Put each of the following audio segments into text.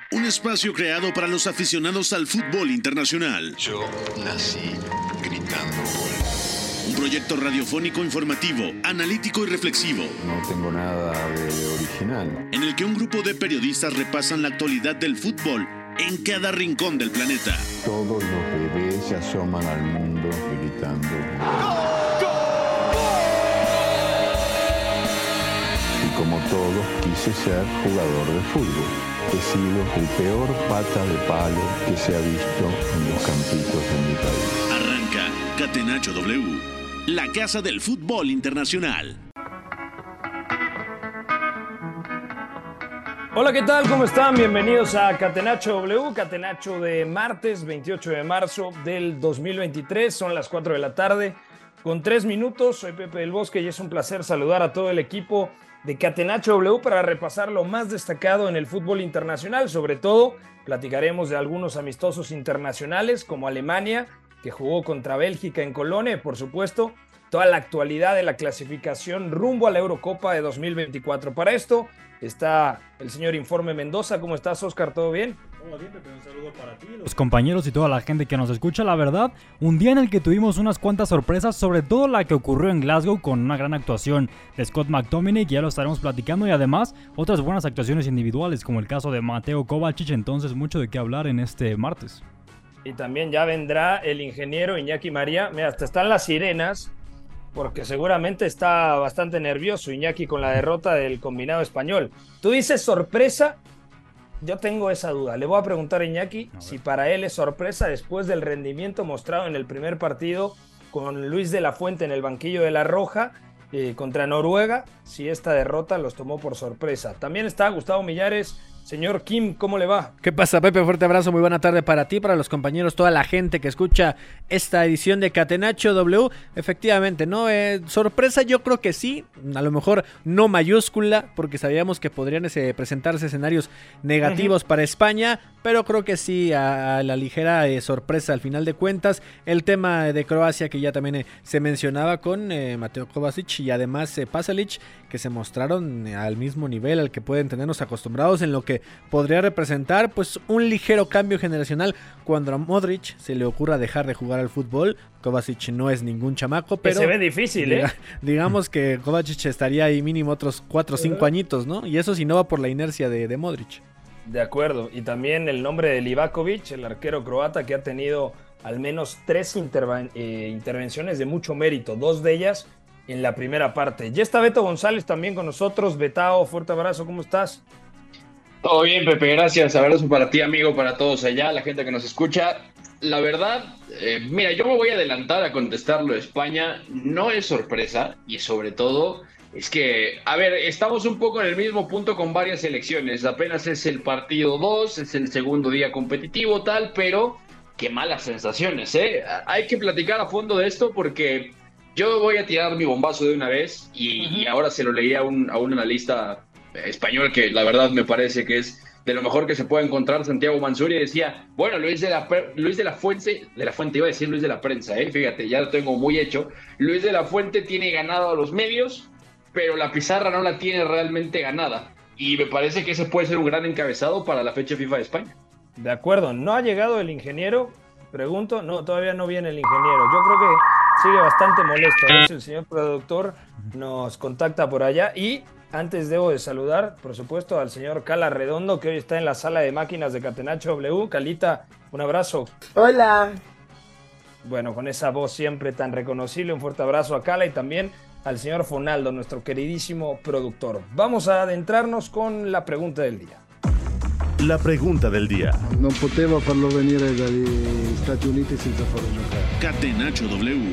Un espacio creado para los aficionados al fútbol internacional. Yo nací gritando gol. Un proyecto radiofónico informativo, analítico y reflexivo. No tengo nada de original. En el que un grupo de periodistas repasan la actualidad del fútbol en cada rincón del planeta. Todos los bebés se asoman al mundo gritando ¡Gol! Y como todos quise ser jugador de fútbol. He sido el peor pata de palo que se ha visto en los campitos de mi país. Arranca Catenacho W, la casa del fútbol internacional. Hola, ¿qué tal? ¿Cómo están? Bienvenidos a Catenacho W, Catenacho de martes 28 de marzo del 2023. Son las 4 de la tarde con 3 minutos. Soy Pepe del Bosque y es un placer saludar a todo el equipo de Catenacho W para repasar lo más destacado en el fútbol internacional. Sobre todo, platicaremos de algunos amistosos internacionales como Alemania, que jugó contra Bélgica en Colonia, y por supuesto, toda la actualidad de la clasificación rumbo a la Eurocopa de 2024. Para esto está el señor Informe Mendoza. ¿Cómo estás, Oscar? ¿Todo bien? Hola, bien, Pepe, un saludo para ti, los compañeros y toda la gente que nos escucha. La verdad, un día en el que tuvimos unas cuantas sorpresas, sobre todo la que ocurrió en Glasgow con una gran actuación de Scott McTominay, que ya lo estaremos platicando, y además otras buenas actuaciones individuales, como el caso de Mateo Kovacic. Entonces, mucho de qué hablar en este martes. Y también ya vendrá el ingeniero Iñaki María. Mira, hasta están las sirenas, porque seguramente está bastante nervioso Iñaki con la derrota del combinado español. Tú dices sorpresa, yo tengo esa duda. Le voy a preguntar a Iñaki si para él es sorpresa después del rendimiento mostrado en el primer partido con Luis de la Fuente en el banquillo de La Roja contra Noruega, si esta derrota los tomó por sorpresa. También está Gustavo Millares. Señor Kim, ¿cómo le va? ¿Qué pasa, Pepe? Fuerte abrazo, muy buena tarde para ti, para los compañeros, toda la gente que escucha esta edición de Catenacho W. Efectivamente, ¿no? Sorpresa, yo creo que sí, a lo mejor no mayúscula, porque sabíamos que podrían presentarse escenarios negativos para España, pero creo que sí, a la ligera sorpresa al final de cuentas. El tema de Croacia, que ya también se mencionaba con Mateo Kovacic y además Pasalic, que se mostraron al mismo nivel al que pueden tenernos acostumbrados, en lo que podría representar pues un ligero cambio generacional cuando a Modric se le ocurra dejar de jugar al fútbol. Kovacic no es ningún chamaco, pero se ve difícil, digamos que Kovacic estaría ahí mínimo otros 4 o 5 añitos, ¿no? Y eso si no va por la inercia de Modric. De acuerdo, y también el nombre de Livakovic, el arquero croata, que ha tenido al menos 3 intervenciones de mucho mérito, 2 de ellas en la primera parte. Ya está Beto González también con nosotros. Betao, fuerte abrazo, ¿cómo estás? Todo bien, Pepe, gracias. Abrazo para ti, amigo, para todos allá, la gente que nos escucha. La verdad, mira, yo me voy a adelantar a contestar lo de España. No es sorpresa, y sobre todo es que, a ver, estamos un poco en el mismo punto con varias selecciones. Apenas es el partido 2, es el segundo día competitivo, tal, pero qué malas sensaciones, ¿eh? Hay que platicar a fondo de esto porque yo voy a tirar mi bombazo de una vez y ahora se lo leí a un analista español que la verdad me parece que es de lo mejor que se puede encontrar, Santiago Mansur, y decía, bueno, Luis de la Fuente, iba a decir Luis de la Prensa, fíjate, ya lo tengo muy hecho. Luis de la Fuente tiene ganado a los medios, pero la pizarra no la tiene realmente ganada, y me parece que ese puede ser un gran encabezado para la fecha FIFA de España. De acuerdo, ¿no ha llegado el ingeniero? Pregunto, no, todavía no viene el ingeniero, yo creo que sigue bastante molesto, a ver si el señor productor nos contacta por allá. Y antes debo de saludar, por supuesto, al señor Cala Redondo, que hoy está en la sala de máquinas de Catenacho W. Calita, un abrazo. Hola. Bueno, con esa voz siempre tan reconocible, un fuerte abrazo a Cala y también al señor Fonaldo, nuestro queridísimo productor. Vamos a adentrarnos con la pregunta del día. La pregunta del día. Non potevo farlo venire dagli Stati Uniti senza farlo giocare. Catenacho W.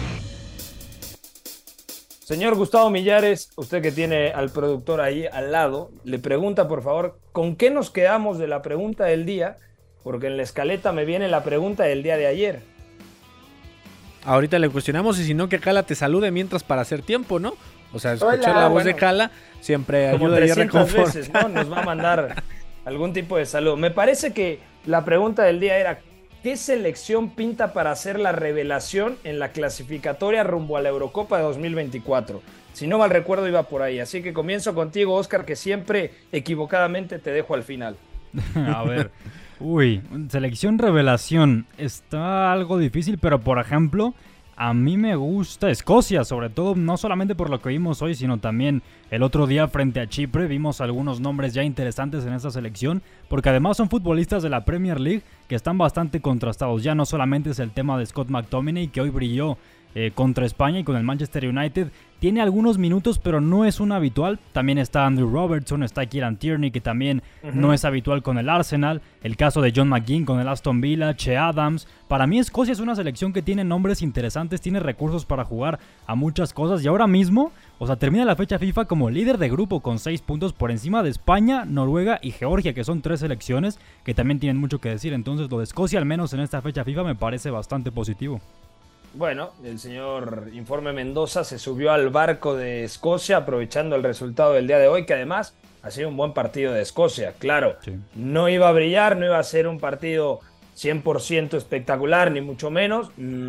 Señor Gustavo Millares, usted que tiene al productor ahí al lado, le pregunta por favor, ¿con qué nos quedamos de la pregunta del día? Porque en la escaleta me viene la pregunta del día de ayer. Ahorita le cuestionamos y si no que Cala te salude mientras para hacer tiempo, ¿no? O sea, escuchar la voz de Cala siempre ayuda y reconforta. Veces, ¿no? Nos va a mandar algún tipo de saludo. Me parece que la pregunta del día era ¿qué selección pinta para hacer la revelación en la clasificatoria rumbo a la Eurocopa de 2024? Si no mal recuerdo iba por ahí. Así que comienzo contigo, Oscar, que siempre equivocadamente te dejo al final. A ver, selección revelación. Está algo difícil, pero por ejemplo, a mí me gusta Escocia, sobre todo no solamente por lo que vimos hoy, sino también el otro día frente a Chipre. Vimos algunos nombres ya interesantes en esta selección, porque además son futbolistas de la Premier League que están bastante contrastados. Ya no solamente es el tema de Scott McTominay, que hoy brilló contra España y con el Manchester United. Tiene algunos minutos, pero no es un habitual. También está Andrew Robertson, está Kieran Tierney, que también no es habitual con el Arsenal. El caso de John McGinn con el Aston Villa, Che Adams. Para mí Escocia es una selección que tiene nombres interesantes, tiene recursos para jugar a muchas cosas. Y ahora mismo, termina la fecha FIFA como líder de grupo con 6 puntos por encima de España, Noruega y Georgia, que son 3 selecciones que también tienen mucho que decir. Entonces lo de Escocia, al menos en esta fecha FIFA, me parece bastante positivo. Bueno, el señor Informe Mendoza se subió al barco de Escocia aprovechando el resultado del día de hoy, que además ha sido un buen partido de Escocia. Claro, sí. No iba a brillar, no iba a ser un partido 100% espectacular, ni mucho menos.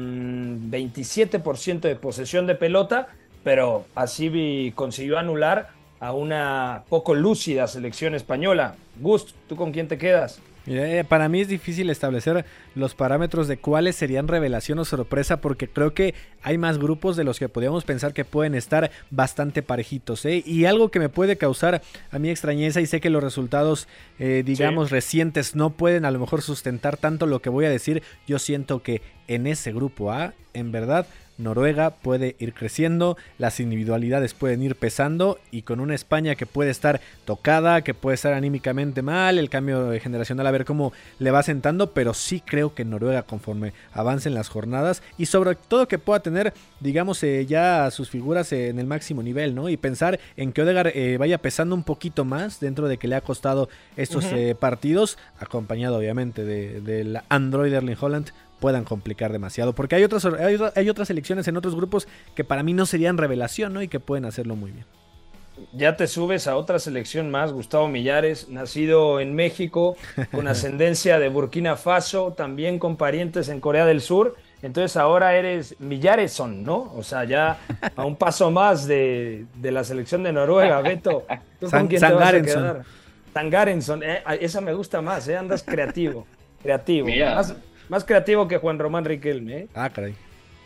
27% de posesión de pelota, pero así consiguió anular a una poco lúcida selección española. Gust, ¿tú con quién te quedas? Mira, para mí es difícil establecer los parámetros de cuáles serían revelación o sorpresa, porque creo que hay más grupos de los que podríamos pensar que pueden estar bastante parejitos, ¿eh? Y algo que me puede causar a mí extrañeza, y sé que los resultados recientes no pueden a lo mejor sustentar tanto lo que voy a decir. Yo siento que en ese grupo A, en verdad, Noruega puede ir creciendo, las individualidades pueden ir pesando, y con una España que puede estar tocada, que puede estar anímicamente mal, el cambio generacional a ver cómo le va sentando, pero sí creo que Noruega, conforme avancen las jornadas, y sobre todo que pueda tener, digamos, ya sus figuras en el máximo nivel, ¿no? Y pensar en que Odegaard vaya pesando un poquito más dentro de que le ha costado estos partidos, acompañado obviamente del Android Erling Haaland, puedan complicar demasiado, porque hay otras selecciones en otros grupos que para mí no serían revelación, ¿no? Y que pueden hacerlo muy bien. Ya te subes a otra selección más, Gustavo Millares, nacido en México, con ascendencia de Burkina Faso, también con parientes en Corea del Sur. Entonces ahora eres Millareson, ¿no? O sea, ya a un paso más de la selección de Noruega. Beto, ¿tú con quién te vas a quedar? Sangarenson, esa me gusta más, andas creativo. Más creativo que Juan Román Riquelme, ¿eh? Ah, caray.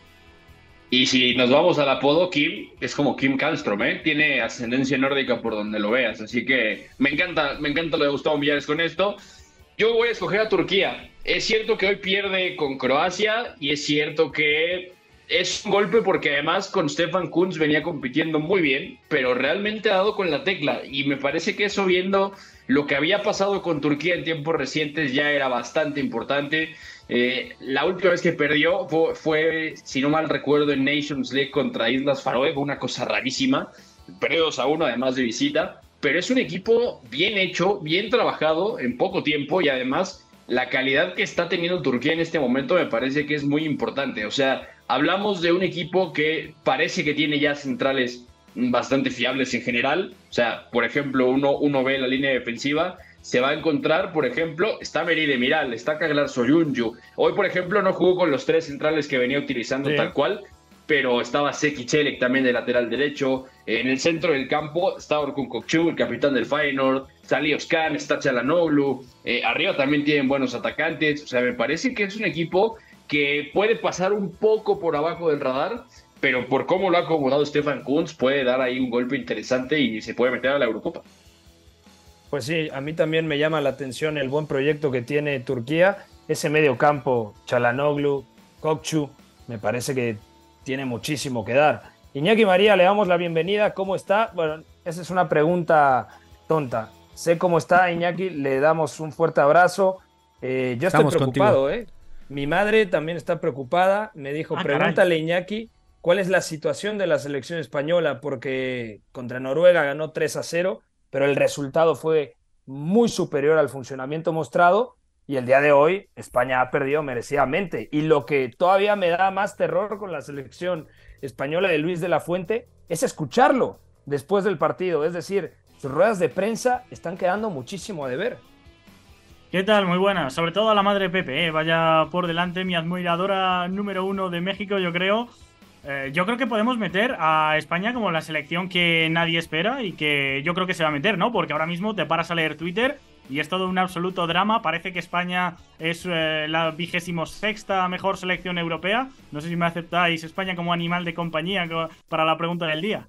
Y si nos vamos al apodo, Kim es como Kim Kallström, ¿eh? Tiene ascendencia nórdica por donde lo veas. Así que me encanta lo de Gustavo Millares con esto. Yo voy a escoger a Turquía. Es cierto que hoy pierde con Croacia, y es cierto que es un golpe porque además con Stefan Kuntz venía compitiendo muy bien, pero realmente ha dado con la tecla. Y me parece que eso, viendo lo que había pasado con Turquía en tiempos recientes, ya era bastante importante. La última vez que perdió fue, si no mal recuerdo, en Nations League contra Islas Faroe. Fue una cosa rarísima. Perdió 2-1 además de visita. Pero es un equipo bien hecho, bien trabajado en poco tiempo, y además la calidad que está teniendo Turquía en este momento me parece que es muy importante. O sea, hablamos de un equipo que parece que tiene ya centrales bastante fiables en general. O sea, por ejemplo, uno ve la línea defensiva, se va a encontrar, por ejemplo, está Merih Demiral, está Caglar Soyuncu. Hoy, por ejemplo, no jugó con los 3 centrales que venía utilizando tal cual, pero estaba Seki Çelik también de lateral derecho. En el centro del campo está Orkun Kokcu, el capitán del Feyenoord, Salih Özcan, está Çalhanoğlu. Arriba también tienen buenos atacantes. O sea, me parece que es un equipo que puede pasar un poco por abajo del radar, pero por cómo lo ha acomodado Stefan Kuntz, puede dar ahí un golpe interesante y se puede meter a la Eurocopa. Pues sí, a mí también me llama la atención el buen proyecto que tiene Turquía. Ese medio campo, Çalhanoğlu, Kokcu, me parece que tiene muchísimo que dar. Iñaki María, le damos la bienvenida. ¿Cómo está? Bueno, esa es una pregunta tonta. Sé cómo está, Iñaki, le damos un fuerte abrazo. Yo estoy preocupado, contigo. Mi madre también está preocupada. Me dijo, pregúntale, Iñaki, ¿cuál es la situación de la selección española? Porque contra Noruega ganó 3-0, pero el resultado fue muy superior al funcionamiento mostrado, y el día de hoy España ha perdido merecidamente. Y lo que todavía me da más terror con la selección española de Luis de la Fuente es escucharlo después del partido. Es decir, sus ruedas de prensa están quedando muchísimo a deber. ¿Qué tal? Muy buenas. Sobre todo a la madre Pepe, vaya por delante, mi admiradora número 1 de México, yo creo. Yo creo que podemos meter a España como la selección que nadie espera y que yo creo que se va a meter, ¿no? Porque ahora mismo te paras a leer Twitter y es todo un absoluto drama. Parece que España es la 26ª mejor selección europea. No sé si me aceptáis España como animal de compañía para la pregunta del día.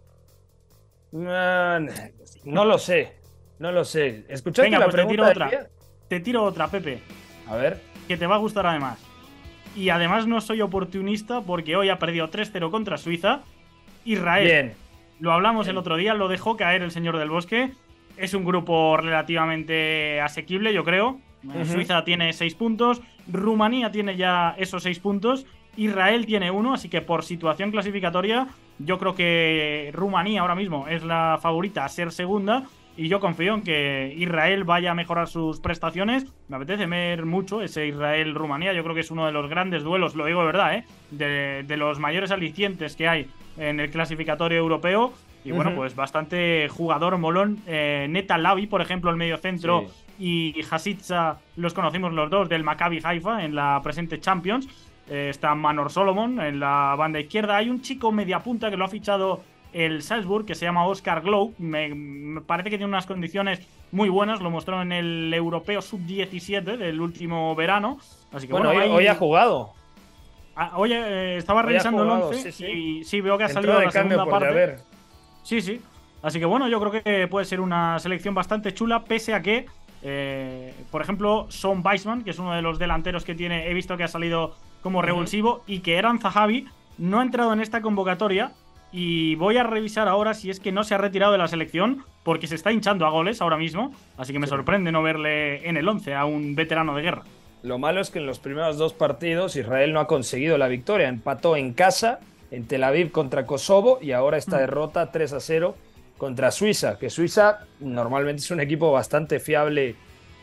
No lo sé. ¿Escuchaste Venga, la pues pregunta? Te tiro otra, Pepe. A ver. Que te va a gustar además. Y además no soy oportunista porque hoy ha perdido 3-0 contra Suiza. Israel. Bien. Lo hablamos el otro día, lo dejó caer el señor del Bosque. Es un grupo relativamente asequible, yo creo. Suiza tiene 6 puntos. Rumanía tiene ya esos 6 puntos. Israel tiene 1, así que por situación clasificatoria, yo creo que Rumanía ahora mismo es la favorita a ser segunda. Y yo confío en que Israel vaya a mejorar sus prestaciones. Me apetece ver mucho ese Israel-Rumanía. Yo creo que es uno de los grandes duelos, lo digo de verdad, de los mayores alicientes que hay en el clasificatorio europeo. Y bueno, pues bastante jugador molón. Neta Lavi, por ejemplo, el mediocentro, y Hasitza, los conocimos los dos del Maccabi Haifa en la presente Champions. Está Manor Solomon en la banda izquierda. Hay un chico mediapunta que lo ha fichado el Salzburg, que se llama Oscar Glow. Me parece que tiene unas condiciones muy buenas. Lo mostró en el Europeo Sub-17 del último verano. Así que bueno, hoy ha jugado. Oye, estaba revisando el 11 y sí, veo que ha salido de la segunda parte. Haber. Sí. Así que bueno, yo creo que puede ser una selección bastante chula, pese a que, por ejemplo, Son Weissman, que es uno de los delanteros que tiene, he visto que ha salido como revulsivo, y que Eran Zahavi no ha entrado en esta convocatoria. Y voy a revisar ahora si es que no se ha retirado de la selección, porque se está hinchando a goles ahora mismo. Así que me sorprende no verle en el 11 a un veterano de guerra. Lo malo es que en los primeros 2 partidos Israel no ha conseguido la victoria. Empató en casa, en Tel Aviv contra Kosovo, y ahora esta derrota 3-0 contra Suiza. Que Suiza normalmente es un equipo bastante fiable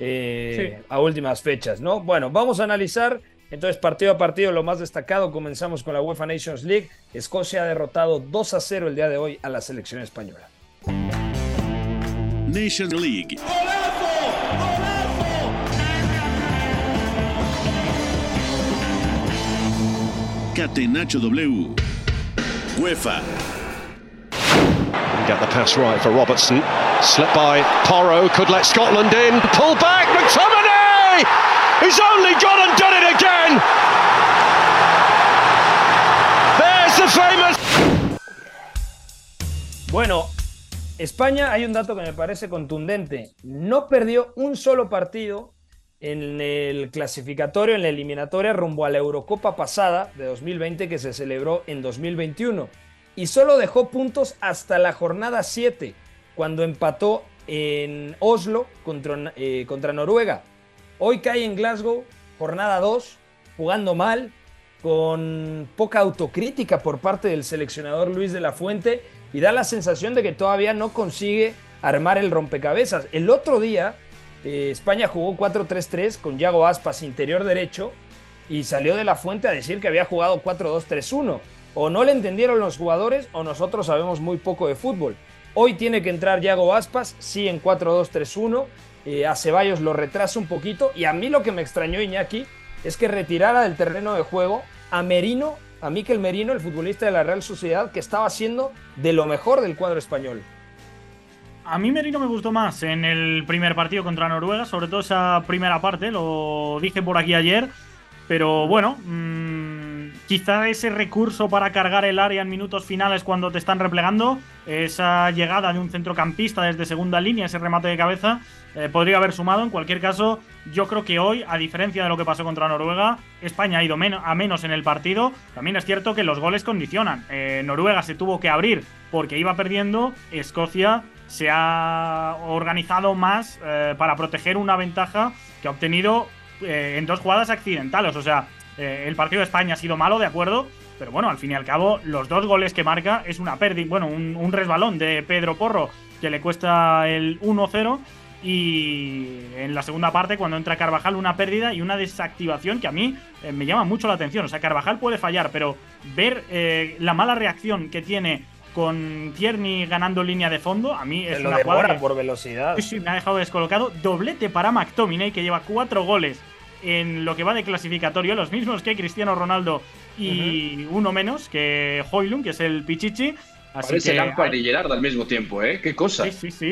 a últimas fechas, ¿no? Bueno, vamos a analizar entonces partido a partido lo más destacado. Comenzamos con la UEFA Nations League. Escocia ha derrotado 2-0 el día de hoy a la selección española. Nations League. Catenaccio W. UEFA. Get the pass right for Robertson. Slip by Porro. Could let Scotland in. Pull back. McTominay! He's only gone and done it again. There's the famous. Bueno, España, hay un dato que me parece contundente. No perdió un solo partido en el clasificatorio, en la eliminatoria rumbo a la Eurocopa pasada de 2020 que se celebró en 2021. Y solo dejó puntos hasta la jornada 7, cuando empató en Oslo contra Noruega. Hoy cae en Glasgow, jornada 2, jugando mal, con poca autocrítica por parte del seleccionador Luis de la Fuente, y da la sensación de que todavía no consigue armar el rompecabezas. El otro día, España jugó 4-3-3 con Yago Aspas interior derecho, y salió de la Fuente a decir que había jugado 4-2-3-1. O no le entendieron los jugadores, o nosotros sabemos muy poco de fútbol. Hoy tiene que entrar Yago Aspas, sí, en 4-2-3-1. A Ceballos lo retrasa un poquito, y a mí lo que me extrañó, Iñaki, es que retirara del terreno de juego a Mikel Merino, el futbolista de la Real Sociedad, que estaba haciendo de lo mejor del cuadro español. A mí Merino me gustó más en el primer partido contra Noruega, sobre todo esa primera parte, lo dije por aquí ayer, pero bueno, quizá ese recurso para cargar el área en minutos finales cuando te están replegando, esa llegada de un centrocampista desde segunda línea, ese remate de cabeza, podría haber sumado. En cualquier caso, yo creo que hoy, a diferencia de lo que pasó contra Noruega, España ha ido a menos en el partido. También es cierto que los goles condicionan. Noruega se tuvo que abrir porque iba perdiendo. Escocia se ha organizado más para proteger una ventaja que ha obtenido en 2 jugadas accidentales. O sea, el partido de España ha sido malo, de acuerdo, pero bueno, al fin y al cabo, los 2 goles que marca es una pérdida, bueno, un resbalón de Pedro Porro que le cuesta el 1-0, y en la segunda parte, cuando entra Carvajal, una pérdida y una desactivación que a mí me llama mucho la atención. O sea, Carvajal puede fallar, pero ver la mala reacción que tiene con Tierney ganando línea de fondo, a mí es una jugada por velocidad. Sí, me ha dejado descolocado. Doblete para McTominay, que lleva 4 goles en lo que va de clasificatorio, los mismos que Cristiano Ronaldo y uno menos que Højlund, que es el Pichichi. Parece Lampard y Gerrard al mismo tiempo, ¿eh? ¡Qué cosa! Sí.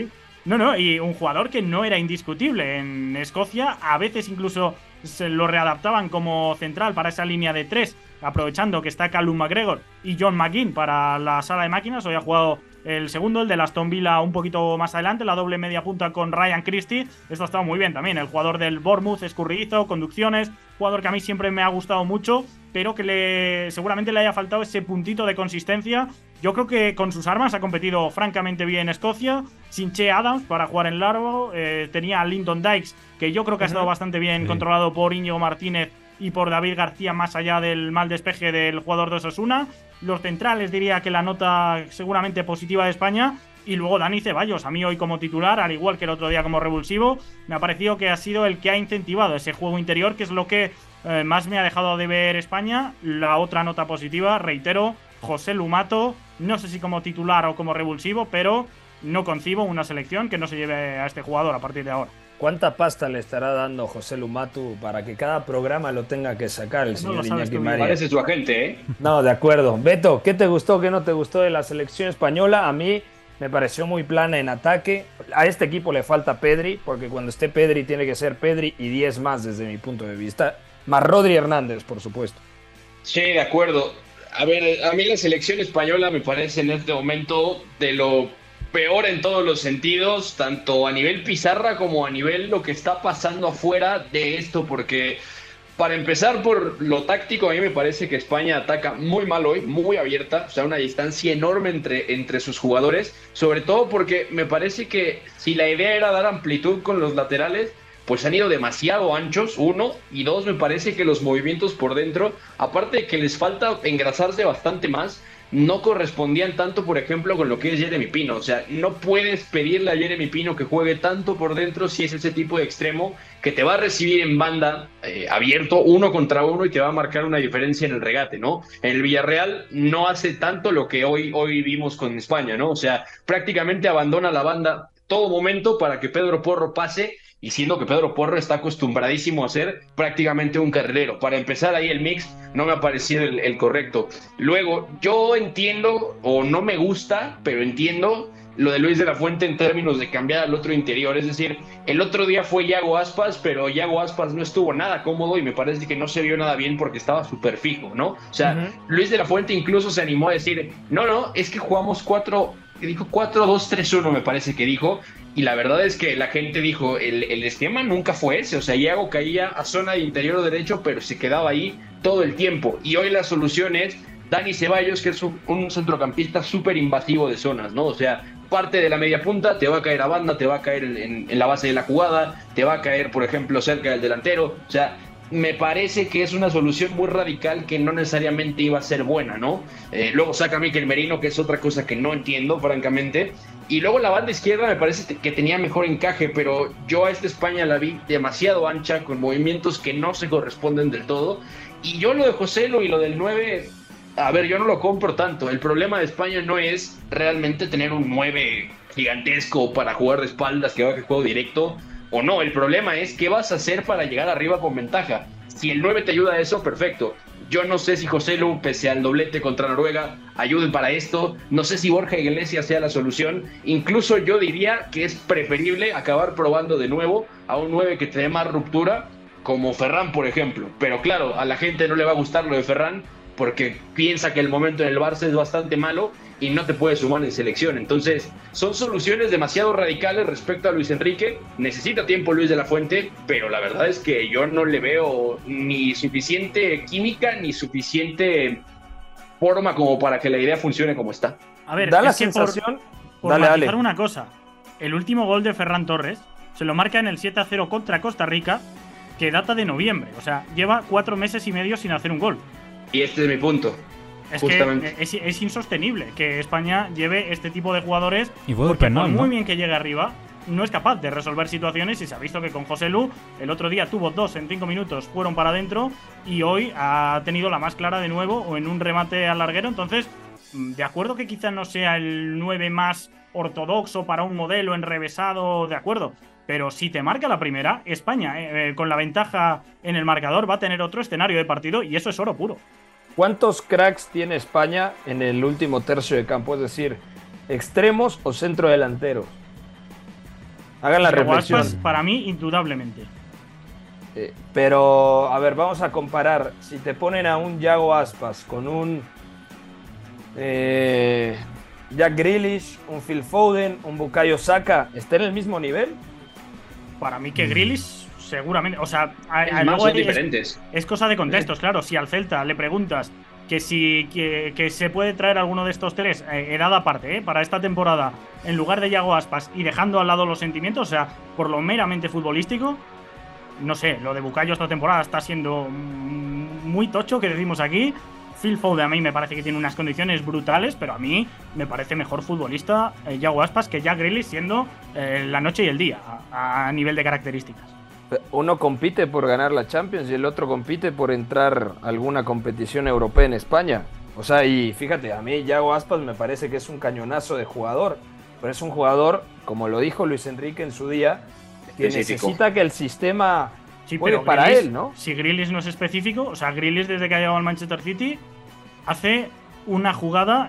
No, y un jugador que no era indiscutible en Escocia, a veces incluso se lo readaptaban como central para esa línea de 3, aprovechando que está Callum McGregor y John McGinn para la sala de máquinas. Hoy ha jugado el segundo, el de Aston Villa, un poquito más adelante, la doble media punta con Ryan Christie. Esto ha estado muy bien también. El jugador del Bournemouth, escurridizo, conducciones, jugador que a mí siempre me ha gustado mucho, pero que seguramente le haya faltado ese puntito de consistencia. Yo creo que con sus armas ha competido francamente bien Escocia, sin Che Adams para jugar en largo. Tenía a Lyndon Dykes, que yo creo que ha estado bastante bien controlado por Íñigo Martínez y por David García, más allá del mal despeje del jugador de Osasuna. Los centrales, diría que la nota seguramente positiva de España. Y luego Dani Ceballos, a mí hoy como titular, al igual que el otro día como revulsivo, me ha parecido que ha sido el que ha incentivado ese juego interior, que es lo que más me ha dejado de ver España. La otra nota positiva, reitero, Joselu Mato, no sé si como titular o como revulsivo, pero no concibo una selección que no se lleve a este jugador a partir de ahora. ¿Cuánta pasta le estará dando Joselu Mato para que cada programa lo tenga que sacar el señor Iñaki María? Parece su agente, ¿eh? No, de acuerdo. Beto, ¿qué te gustó, qué no te gustó de la selección española? A mí me pareció muy plana en ataque. A este equipo le falta Pedri, porque cuando esté Pedri tiene que ser Pedri y 10 más desde mi punto de vista. Más Rodri Hernández, por supuesto. Sí, de acuerdo. A ver, a mí la selección española me parece en este momento de lo peor en todos los sentidos, tanto a nivel pizarra como a nivel lo que está pasando afuera de esto, porque para empezar por lo táctico, a mí me parece que España ataca muy mal hoy, muy abierta, o sea, una distancia enorme entre sus jugadores, sobre todo porque me parece que si la idea era dar amplitud con los laterales, pues han ido demasiado anchos, uno, y dos, me parece que los movimientos por dentro, aparte de que les falta engrasarse bastante más, no correspondían tanto, por ejemplo, con lo que es Jeremy Pino. O sea, no puedes pedirle a Jeremy Pino que juegue tanto por dentro si es ese tipo de extremo que te va a recibir en banda abierto, 1 contra 1, y te va a marcar una diferencia en el regate, ¿no? En el Villarreal no hace tanto lo que hoy vimos con España, ¿no? O sea, prácticamente abandona la banda todo momento para que Pedro Porro pase, y siendo que Pedro Porro está acostumbradísimo a ser prácticamente un carrilero. Para empezar ahí el mix no me ha parecido el correcto. Luego, yo entiendo, o no me gusta, pero entiendo lo de Luis de la Fuente en términos de cambiar al otro interior. Es decir, el otro día fue Yago Aspas, pero Yago Aspas no estuvo nada cómodo y me parece que no se vio nada bien porque estaba súper fijo, ¿no? O sea, Luis de la Fuente incluso se animó a decir, no, es que jugamos 4-2-3-1, me parece que dijo. Y la verdad es que la gente dijo, el esquema nunca fue ese. O sea, Yago caía a zona de interior derecho, pero se quedaba ahí todo el tiempo. Y hoy la solución es Dani Ceballos, que es un centrocampista súper invasivo de zonas, ¿no? O sea, parte de la media punta, te va a caer a banda, te va a caer en la base de la jugada, te va a caer, por ejemplo, cerca del delantero. O sea, me parece que es una solución muy radical que no necesariamente iba a ser buena, ¿no? Luego saca a Mikel Merino, que es otra cosa que no entiendo, francamente. Y luego la banda izquierda me parece que tenía mejor encaje, pero yo a esta España la vi demasiado ancha, con movimientos que no se corresponden del todo. Y yo lo de Joselu y lo del 9, a ver, yo no lo compro tanto. El problema de España no es realmente tener un 9 gigantesco para jugar de espaldas que baje juego directo o no. El problema es qué vas a hacer para llegar arriba con ventaja. Si el 9 te ayuda a eso, perfecto. Yo no sé si Joselu, pese al doblete contra Noruega, ayude para esto. No sé si Borja Iglesias sea la solución. Incluso yo diría que es preferible acabar probando de nuevo a un 9 que te dé más ruptura, como Ferran, por ejemplo. Pero claro, a la gente no le va a gustar lo de Ferran porque piensa que el momento en el Barça es bastante malo y no te puede sumar en selección. Entonces, son soluciones demasiado radicales respecto a Luis Enrique. Necesita tiempo Luis de la Fuente, pero la verdad es que yo no le veo ni suficiente química ni suficiente forma como para que la idea funcione como está. A ver, da la sensación... Por matizar una cosa, el último gol de Ferran Torres se lo marca en el 7-0 contra Costa Rica, que data de noviembre. O sea, lleva 4 meses y medio sin hacer un gol. Y este es mi punto. Es justamente. Que es insostenible que España lleve este tipo de jugadores, y fue porque penal, por muy ¿no? bien que llegue arriba, no es capaz de resolver situaciones, y se ha visto que con Joselu el otro día tuvo 2 en 5 minutos, fueron para adentro, y hoy ha tenido la más clara de nuevo o en un remate al larguero. Entonces, de acuerdo que quizá no sea el 9 más ortodoxo para un modelo enrevesado, de acuerdo, pero si te marca la primera, España, con la ventaja en el marcador, va a tener otro escenario de partido, y eso es oro puro. ¿Cuántos cracks tiene España en el último tercio de campo? Es decir, extremos o centro delantero. Hagan la Yago reflexión. Aspas, para mí, indudablemente. Pero, a ver, vamos a comparar. Si te ponen a un Yago Aspas con un Jack Grealish, un Phil Foden, un Bukayo Saka, ¿está en el mismo nivel? Para mí que Grealish, seguramente. O sea, son diferentes. Es cosa de contextos, claro. Si al Celta le preguntas que si que se puede traer alguno de estos tres, edad aparte, para esta temporada, en lugar de Yago Aspas y dejando al lado los sentimientos, o sea, por lo meramente futbolístico, no sé, lo de Bukayo esta temporada está siendo muy tocho, que decimos aquí. Phil Foden a mí me parece que tiene unas condiciones brutales, pero a mí me parece mejor futbolista Yago Aspas que Jack Grealish, siendo la noche y el día a nivel de características. Uno compite por ganar la Champions y el otro compite por entrar a alguna competición europea en España. O sea, y fíjate, a mí Yago Aspas me parece que es un cañonazo de jugador, pero es un jugador, como lo dijo Luis Enrique en su día, que necesita que el sistema juegue para Grealish, él, ¿no? Si Grealish no es específico, o sea, Grealish desde que ha llegado al Manchester City hace una jugada,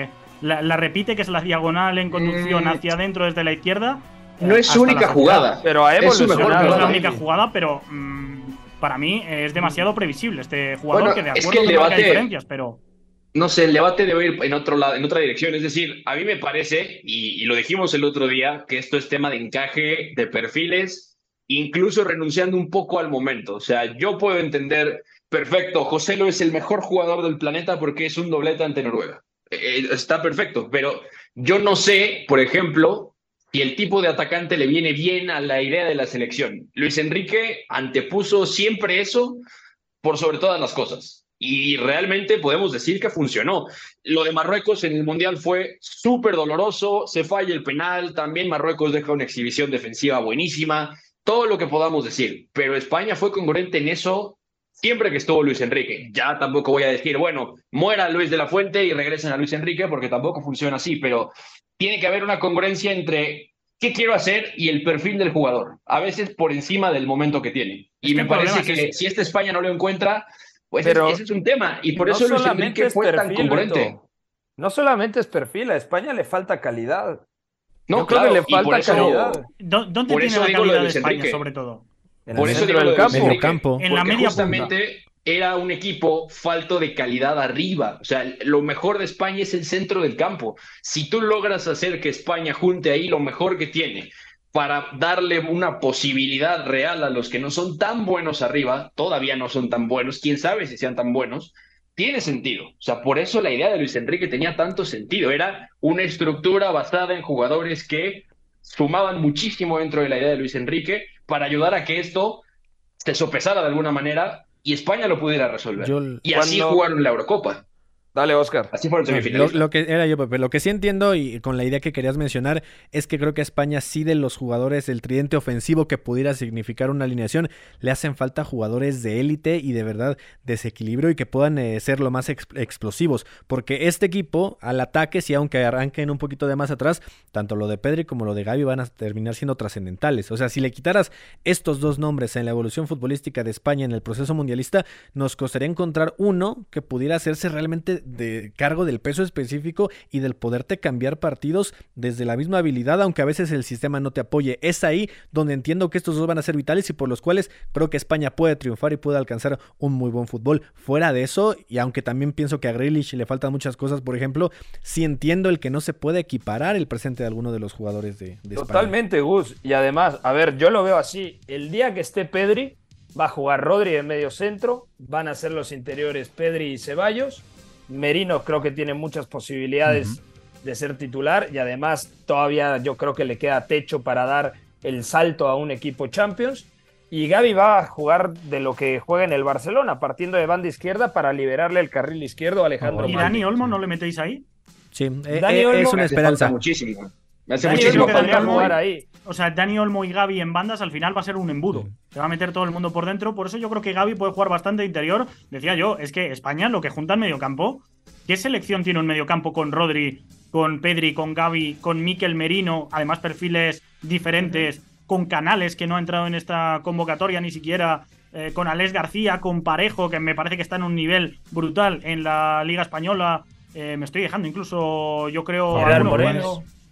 la repite, que es la diagonal en conducción hacia adentro desde la izquierda. No es su única jugada, pero ha evolucionado. No es la única jugada, pero para mí es demasiado previsible este jugador, bueno, que de acuerdo es que el que debate, marca diferencias, pero... No sé, el debate debe ir en otro lado, en otra dirección. Es decir, a mí me parece, y lo dijimos el otro día, que esto es tema de encaje, de perfiles, incluso renunciando un poco al momento. O sea, yo puedo entender, perfecto, Joselu es el mejor jugador del planeta porque es un doblete ante Noruega. Está perfecto, pero yo no sé, por ejemplo, si el tipo de atacante le viene bien a la idea de la selección. Luis Enrique antepuso siempre eso por sobre todas las cosas. Y realmente podemos decir que funcionó. Lo de Marruecos en el Mundial fue súper doloroso, se falla el penal, también Marruecos deja una exhibición defensiva buenísima, todo lo que podamos decir. Pero España fue congruente en eso siempre que estuvo Luis Enrique. Ya tampoco voy a decir, bueno, muera Luis de la Fuente y regresen a Luis Enrique, porque tampoco funciona así, pero tiene que haber una congruencia entre qué quiero hacer y el perfil del jugador, a veces por encima del momento que tiene. Y me parece que si esta España no lo encuentra, pues ese es un tema, y por eso Luis Enrique fue tan congruente. No solamente es perfil, a España le falta calidad. No, yo creo que le falta calidad. ¿Dónde tiene la calidad de España, sobre todo? Por eso digo lo del campo. En la media justamente era un equipo falto de calidad arriba. O sea, lo mejor de España es el centro del campo. Si tú logras hacer que España junte ahí lo mejor que tiene para darle una posibilidad real a los que no son tan buenos arriba, todavía no son tan buenos, quién sabe si sean tan buenos, tiene sentido. O sea, por eso la idea de Luis Enrique tenía tanto sentido. Era una estructura basada en jugadores que sumaban muchísimo dentro de la idea de Luis Enrique para ayudar a que esto se sopesara de alguna manera y España lo pudiera resolver. Y así jugaron la Eurocopa. Dale, Oscar. Así fueron semifinalistas. Lo que era yo, Pepe. Lo que sí entiendo, y con la idea que querías mencionar, es que creo que a España sí, de los jugadores del tridente ofensivo que pudiera significar una alineación, le hacen falta jugadores de élite y de verdad desequilibrio y que puedan ser lo más explosivos. Porque este equipo, al ataque, sí, aunque arranquen un poquito de más atrás, tanto lo de Pedri como lo de Gavi van a terminar siendo trascendentales. O sea, si le quitaras estos dos nombres en la evolución futbolística de España en el proceso mundialista, nos costaría encontrar uno que pudiera hacerse realmente de cargo del peso específico y del poderte cambiar partidos desde la misma habilidad, aunque a veces el sistema no te apoye. Es ahí donde entiendo que estos dos van a ser vitales y por los cuales creo que España puede triunfar y puede alcanzar un muy buen fútbol. Fuera de eso, y aunque también pienso que a Grealish le faltan muchas cosas, por ejemplo, sí entiendo el que no se puede equiparar el presente de alguno de los jugadores de España. Totalmente, Gus. Y además, a ver, yo lo veo así. El día que esté Pedri, va a jugar Rodri en medio centro, van a ser los interiores Pedri y Ceballos. Merino creo que tiene muchas posibilidades de ser titular y además todavía yo creo que le queda techo para dar el salto a un equipo Champions. Y Gavi va a jugar de lo que juega en el Barcelona, partiendo de banda izquierda para liberarle el carril izquierdo a Alejandro Martínez. ¿Y Dani Olmo no le metéis ahí? Sí, Dani Olmo, es una esperanza. Muchísimo. Me hace muchísimo falta jugar ahí. O sea, Dani Olmo y Gavi en bandas al final va a ser un embudo. Se va a meter todo el mundo por dentro. Por eso yo creo que Gavi puede jugar bastante interior. Decía yo, es que España lo que junta en mediocampo. ¿Qué selección tiene un mediocampo con Rodri, con Pedri, con Gavi, con Mikel Merino? Además perfiles diferentes, con Canales que no ha entrado en esta convocatoria ni siquiera, con Alex García, con Parejo, que me parece que está en un nivel brutal en la Liga Española. Me estoy dejando incluso, yo creo, Gerard Moreno.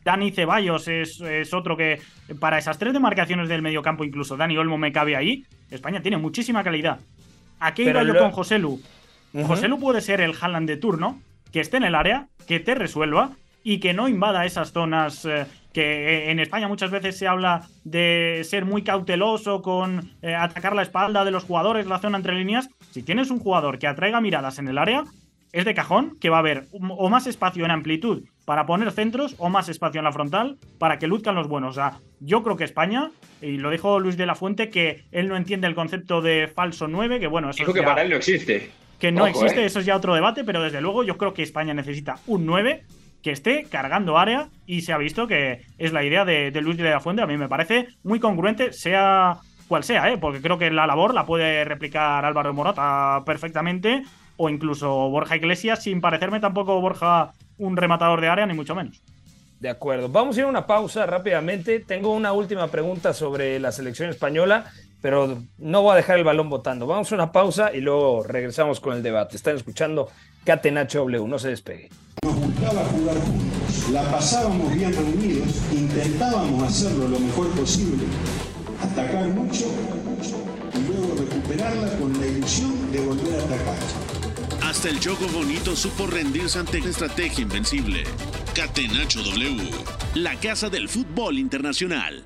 Dani Ceballos es otro que, para esas 3 demarcaciones del mediocampo, incluso Dani Olmo me cabe ahí. España tiene muchísima calidad. ¿A qué iba yo con Joselu? Joselu puede ser el Haaland de turno, que esté en el área, que te resuelva y que no invada esas zonas que en España muchas veces se habla de ser muy cauteloso con atacar la espalda de los jugadores, la zona entre líneas. Si tienes un jugador que atraiga miradas en el área, es de cajón que va a haber o más espacio en amplitud para poner centros o más espacio en la frontal para que luzcan los buenos. O sea, yo creo que España, y lo dijo Luis de la Fuente, que él no entiende el concepto de falso 9, que bueno, eso dijo es que ya, para él no existe. Que no existe, eso es ya otro debate, pero desde luego yo creo que España necesita un 9 que esté cargando área, y se ha visto que es la idea de Luis de la Fuente. A mí me parece muy congruente, sea cual sea, porque creo que la labor la puede replicar Álvaro Morata perfectamente, o incluso Borja Iglesias, sin parecerme tampoco Borja un rematador de área, ni mucho menos. De acuerdo. Vamos a ir a una pausa rápidamente. Tengo una última pregunta sobre la selección española, pero no voy a dejar el balón botando. Vamos a una pausa y luego regresamos con el debate. Están escuchando Catenacho W, no se despegue. Nos gustaba jugar juntos, la pasábamos bien reunidos, intentábamos hacerlo lo mejor posible, atacar mucho y luego recuperarla con la ilusión de volver a atacar. Hasta el Choco Bonito supo rendirse ante una estrategia invencible. Catenacho W, la casa del fútbol internacional.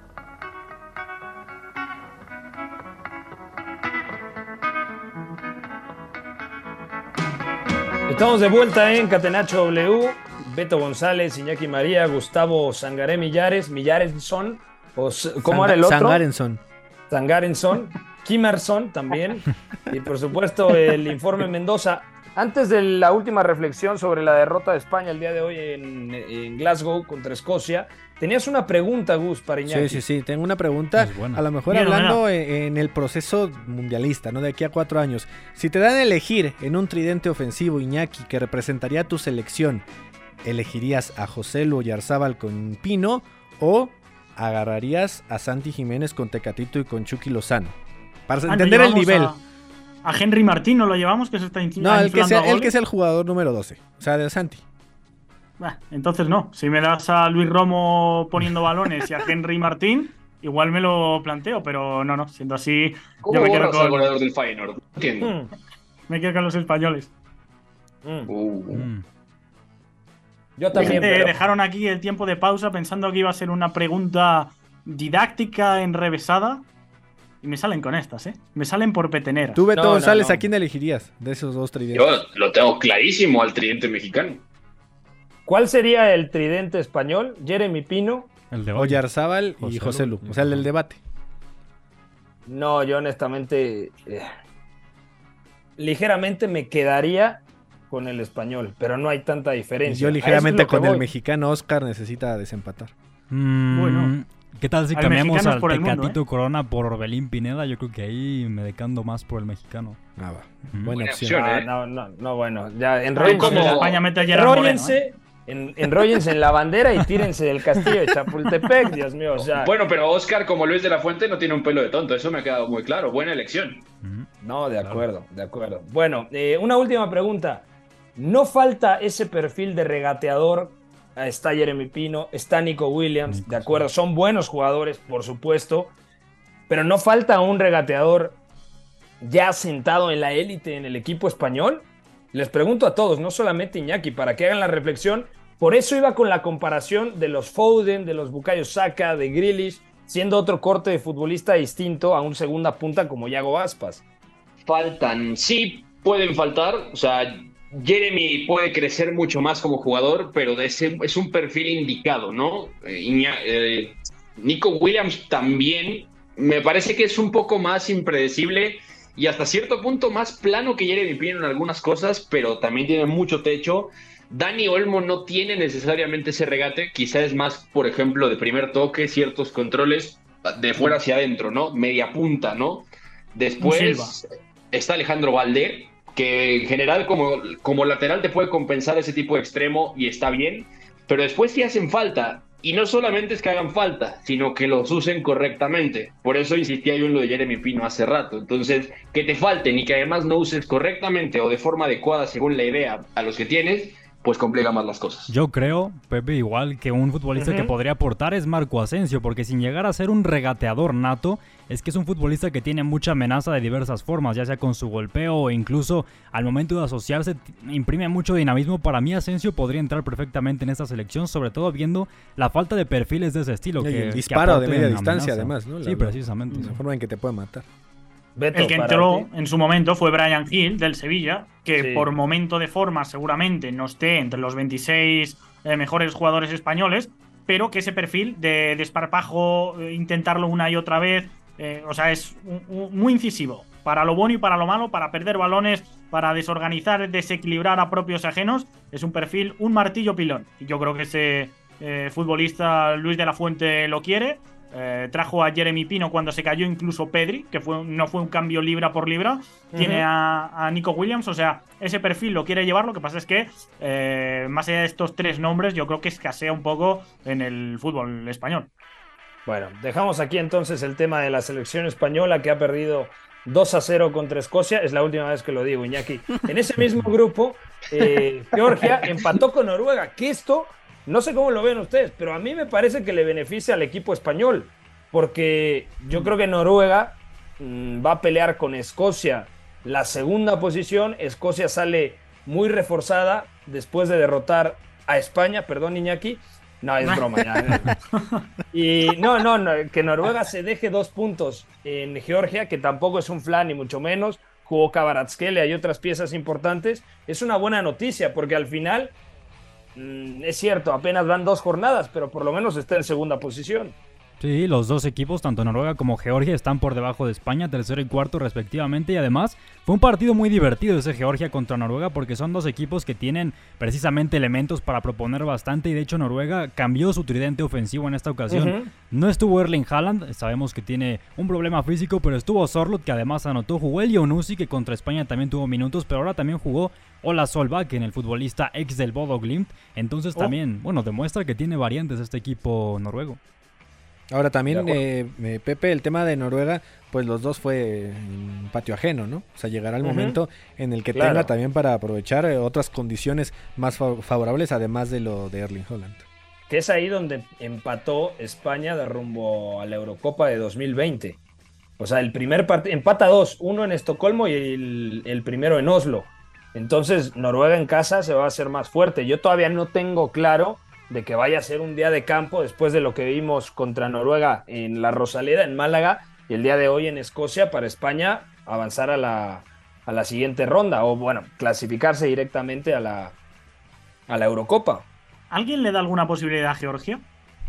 Estamos de vuelta en Catenacho W. Beto González, Iñaki María, Gustavo Sangaré Millarenson, ¿cómo era el otro? Sangarenson, Kimerson también, y por supuesto el informe Mendoza. Antes de la última reflexión sobre la derrota de España el día de hoy en Glasgow contra Escocia, tenías una pregunta, Gus, para Iñaki. Sí, tengo una pregunta, a lo mejor hablando en el proceso mundialista, ¿no? De aquí a 4 años. Si te dan a elegir en un tridente ofensivo, Iñaki, que representaría tu selección, ¿elegirías a Joselu Oyarzábal con Pino o agarrarías a Santi Jiménez con Tecatito y con Chucky Lozano? Para entender el nivel. A Henry Martín no lo llevamos, que se está inflando. No, el que sea el jugador número 12. O sea, de Santi. Entonces no. Si me das a Luis Romo poniendo balones y a Henry Martín, igual me lo planteo, pero no. Siendo así, yo me quedo con el goleador del Feyenoord. Entiendo. Me quedo con los españoles. Yo también. Dejaron aquí el tiempo de pausa pensando que iba a ser una pregunta didáctica, enrevesada. Y me salen con estas, Me salen por peteneras. Tú, Beto González, ¿a quién elegirías de esos dos tridentes? Yo lo tengo clarísimo, al tridente mexicano. ¿Cuál sería el tridente español? Jeremy Pino, el de Oyarzábal y Joselu. O sea, el del debate. No, yo honestamente ligeramente me quedaría con el español, pero no hay tanta diferencia. Yo ligeramente con el mexicano. Oscar necesita desempatar. Bueno, ¿qué tal si cambiamos al Tecatito mundo, Corona por Orbelín Pineda? Yo creo que ahí me decanto más por el mexicano. Buena opción. No, bueno. Ya enróllense en la bandera y tírense del castillo de Chapultepec, Dios mío. O sea, bueno, pero Oscar, como Luis de la Fuente, no tiene un pelo de tonto. Eso me ha quedado muy claro. Buena elección. No, de acuerdo. Bueno, una última pregunta. ¿No falta ese perfil de regateador? Está Jeremy Pino, está Nico Williams, de acuerdo, son buenos jugadores, por supuesto, pero no falta un regateador ya sentado en la élite en el equipo español. Les pregunto a todos, no solamente Iñaki, para que hagan la reflexión. Por eso iba con la comparación de los Foden, de los Bukayo Saka, de Grealish, siendo otro corte de futbolista distinto a un segunda punta como Yago Aspas. Faltan, sí, pueden faltar, o sea, Jeremy puede crecer mucho más como jugador, pero es un perfil indicado, ¿no? Nico Williams también me parece que es un poco más impredecible y hasta cierto punto más plano que Jeremy Pino en algunas cosas, pero también tiene mucho techo. Dani Olmo no tiene necesariamente ese regate, quizás es más, por ejemplo, de primer toque, ciertos controles de fuera hacia adentro, ¿no? Media punta, ¿no? Después está Alejandro Valde, que en general como lateral te puede compensar ese tipo de extremo y está bien, pero después sí hacen falta, y no solamente es que hagan falta, sino que los usen correctamente. Por eso insistía yo en lo de Jeremy Pino hace rato. Entonces, que te falten y que además no uses correctamente o de forma adecuada según la idea a los que tienes, pues complica más las cosas. Yo creo, Pepe, igual que un futbolista que podría aportar es Marco Asensio, porque sin llegar a ser un regateador nato, es que es un futbolista que tiene mucha amenaza de diversas formas, ya sea con su golpeo o incluso al momento de asociarse, imprime mucho dinamismo. Para mí Asensio podría entrar perfectamente en esta selección, sobre todo viendo la falta de perfiles de ese estilo. Y que, el disparo de media amenaza. distancia, además, ¿no? Sí, precisamente. La forma en que te puede matar. Beto, el que entró en su momento fue Bryan Gil del Sevilla, que Sí. por momento de forma seguramente no esté entre los 26 mejores jugadores españoles, pero que ese perfil de desparpajo, intentarlo una y otra vez, o sea, es muy incisivo. Para lo bueno y para lo malo, para perder balones, para desorganizar, desequilibrar a propios ajenos, es un perfil, un martillo pilón. Y yo creo que ese futbolista Luis de la Fuente lo quiere. Trajo a Jeremy Pino cuando se cayó incluso Pedri, que no fue un cambio libra por libra. Tiene a Nico Williams, o sea, ese perfil lo quiere llevar. Lo que pasa es que, más allá de estos tres nombres, yo creo que escasea un poco en el fútbol español. Bueno, dejamos aquí entonces el tema de la selección española, que ha perdido 2-0 contra Escocia. Es la última vez que lo digo, Iñaki. En ese mismo grupo, Georgia empató con Noruega, que esto, no sé cómo lo ven ustedes, pero a mí me parece que le beneficia al equipo español, porque yo creo que Noruega va a pelear con Escocia la segunda posición. Escocia sale muy reforzada después de derrotar a España, perdón, Iñaki. No, es broma ya. Y no, que Noruega se deje 2 puntos en Georgia, que tampoco es un flan ni mucho menos. Jugó Kvaratskhelia, hay otras piezas importantes. Es una buena noticia, porque al final, es cierto, apenas van 2 jornadas, pero por lo menos está en segunda posición. Sí, los dos equipos, tanto Noruega como Georgia, están por debajo de España, tercero y cuarto respectivamente, y además fue un partido muy divertido ese Georgia contra Noruega, porque son dos equipos que tienen precisamente elementos para proponer bastante, y de hecho Noruega cambió su tridente ofensivo en esta ocasión. No estuvo Erling Haaland, sabemos que tiene un problema físico, pero estuvo Sorloth, que además anotó, jugó el Ionusi, que contra España también tuvo minutos, pero ahora también jugó Ola Solbakken, el futbolista ex del Bodo Glimt, entonces también, bueno, demuestra que tiene variantes este equipo noruego. Ahora también, Pepe, el tema de Noruega, pues los dos fue en patio ajeno, ¿no? O sea, llegará el momento en el que tenga también para aprovechar otras condiciones más favorables, además de lo de Erling Haaland. Que es ahí donde empató España de rumbo a la Eurocopa de 2020. O sea, el primer partido, empata 2, uno en Estocolmo y el primero en Oslo. Entonces, Noruega en casa se va a hacer más fuerte. Yo todavía no tengo claro de que vaya a ser un día de campo después de lo que vimos contra Noruega en la Rosaleda, en Málaga, y el día de hoy en Escocia, para España avanzar a la siguiente ronda, o bueno, clasificarse directamente a la Eurocopa. ¿Alguien le da alguna posibilidad a Georgia?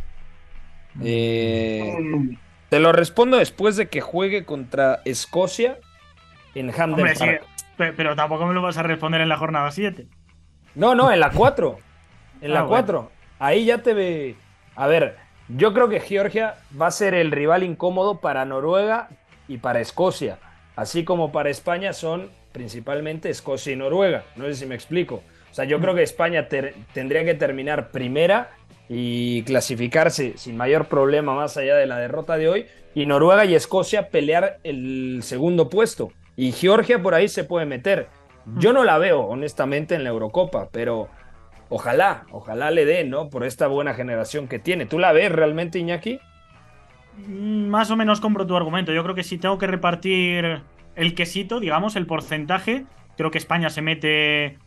Te lo respondo después de que juegue contra Escocia en Hampden Park. Sí, pero tampoco me lo vas a responder en la jornada 7. No, en la 4. En la 4. Bueno. Ahí ya te ve. A ver, yo creo que Georgia va a ser el rival incómodo para Noruega y para Escocia. Así como para España son principalmente Escocia y Noruega. No sé si me explico. O sea, yo creo que España tendría que terminar primera y clasificarse sin mayor problema más allá de la derrota de hoy. Y Noruega y Escocia pelear el segundo puesto. Y Georgia por ahí se puede meter. Yo no la veo, honestamente, en la Eurocopa, pero ojalá le dé, ¿no? Por esta buena generación que tiene. ¿Tú la ves realmente, Iñaki? Más o menos compro tu argumento. Yo creo que si tengo que repartir el quesito, digamos, el porcentaje, creo que España se mete...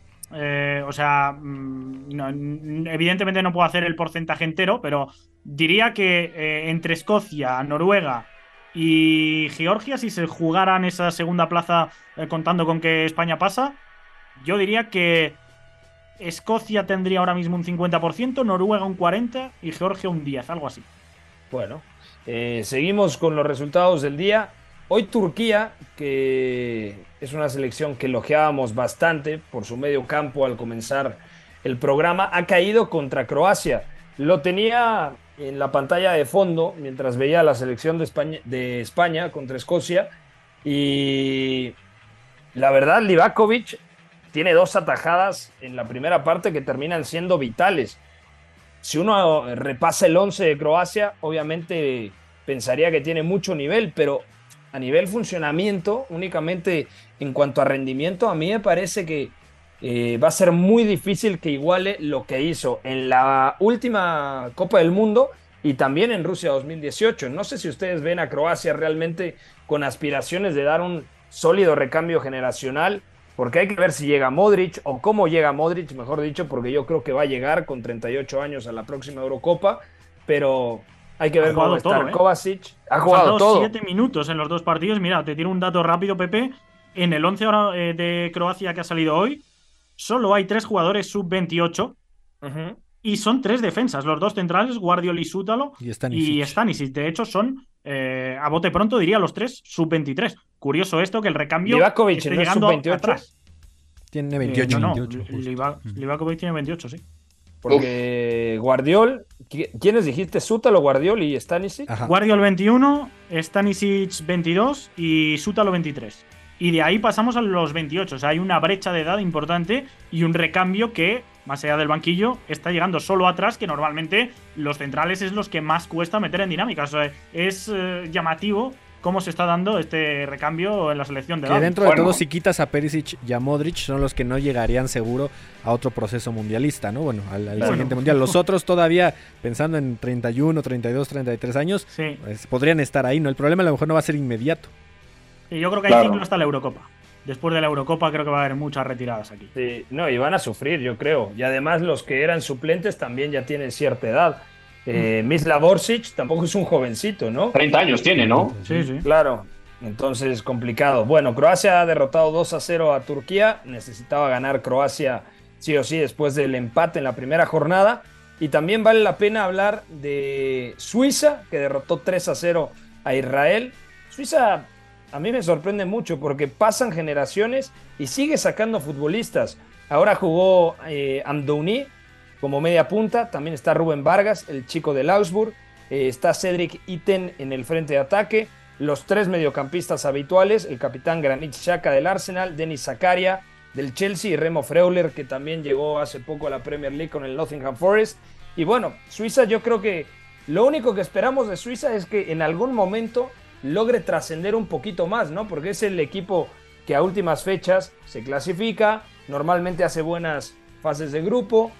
evidentemente no puedo hacer el porcentaje entero, pero diría que entre Escocia, Noruega y Georgia, si se jugaran esa segunda plaza contando con que España pasa, yo diría que Escocia tendría ahora mismo un 50%, Noruega un 40% y Georgia un 10%, algo así. Bueno, seguimos con los resultados del día. Hoy Turquía, que es una selección que elogiábamos bastante por su medio campo al comenzar el programa, ha caído contra Croacia. Lo tenía en la pantalla de fondo mientras veía la selección de España contra Escocia, y la verdad, Livakovic tiene 2 atajadas en la primera parte que terminan siendo vitales. Si uno repasa el 11 de Croacia, obviamente pensaría que tiene mucho nivel, pero a nivel funcionamiento, únicamente en cuanto a rendimiento, a mí me parece que va a ser muy difícil que iguale lo que hizo en la última Copa del Mundo y también en Rusia 2018. No sé si ustedes ven a Croacia realmente con aspiraciones de dar un sólido recambio generacional, porque hay que ver si llega Modric o cómo llega Modric, mejor dicho, porque yo creo que va a llegar con 38 años a la próxima Eurocopa, pero hay que ver cómo va a estar Kovacic. Ha jugado todo. 7 minutos en los dos partidos. Mira, te tiro un dato rápido, Pepe. En el 11 de Croacia que ha salido hoy, solo hay 3 jugadores sub-28 y son 3 defensas, los 2 centrales, Guardiol y Sútalo y Stanisic. De hecho, son, a bote pronto diría, los 3 sub-23. Curioso esto, que el recambio Livakovic esté no llegando es sub-28. atrás. Tiene 28. Livakovic tiene 28, sí. Porque Guardiol, ¿quiénes dijiste? Sútalo, Guardiol y Stanisic. Guardiol 21, Stanisic 22 y Sútalo 23. Y de ahí pasamos a los 28. O sea, hay una brecha de edad importante y un recambio que, más allá del banquillo, está llegando solo atrás, que normalmente los centrales es los que más cuesta meter en dinámica. O sea, es llamativo cómo se está dando este recambio en la selección de edad. Que dentro de todo, si quitas a Perisic y a Modric, son los que no llegarían seguro a otro proceso mundialista, ¿no? Bueno, al siguiente mundial. Los otros todavía, pensando en 31, 32, 33 años, pues, podrían estar ahí, ¿no? El problema a lo mejor no va a ser inmediato. Y yo creo que hay ciclo hasta la Eurocopa. Después de la Eurocopa creo que va a haber muchas retiradas aquí. Sí, no, y van a sufrir, yo creo. Y además los que eran suplentes también ya tienen cierta edad. Mislav Orsic tampoco es un jovencito, ¿no? 30 años tiene, ¿no? Sí, sí. Claro, entonces complicado. Bueno, Croacia ha derrotado 2-0 a Turquía. Necesitaba ganar Croacia sí o sí después del empate en la primera jornada. Y también vale la pena hablar de Suiza, que derrotó 3-0 a Israel. Suiza a mí me sorprende mucho porque pasan generaciones y sigue sacando futbolistas. Ahora jugó Amdouni como media punta, también está Rubén Vargas, el chico del Augsburg, está Cedric Itten en el frente de ataque, los 3 mediocampistas habituales, el capitán Granit Xhaka del Arsenal, Denis Zakaria del Chelsea y Remo Freuler, que también llegó hace poco a la Premier League con el Nottingham Forest. Y bueno, Suiza, yo creo que lo único que esperamos de Suiza es que en algún momento logre trascender un poquito más, ¿no? Porque es el equipo que a últimas fechas se clasifica, normalmente hace buenas fases de grupo,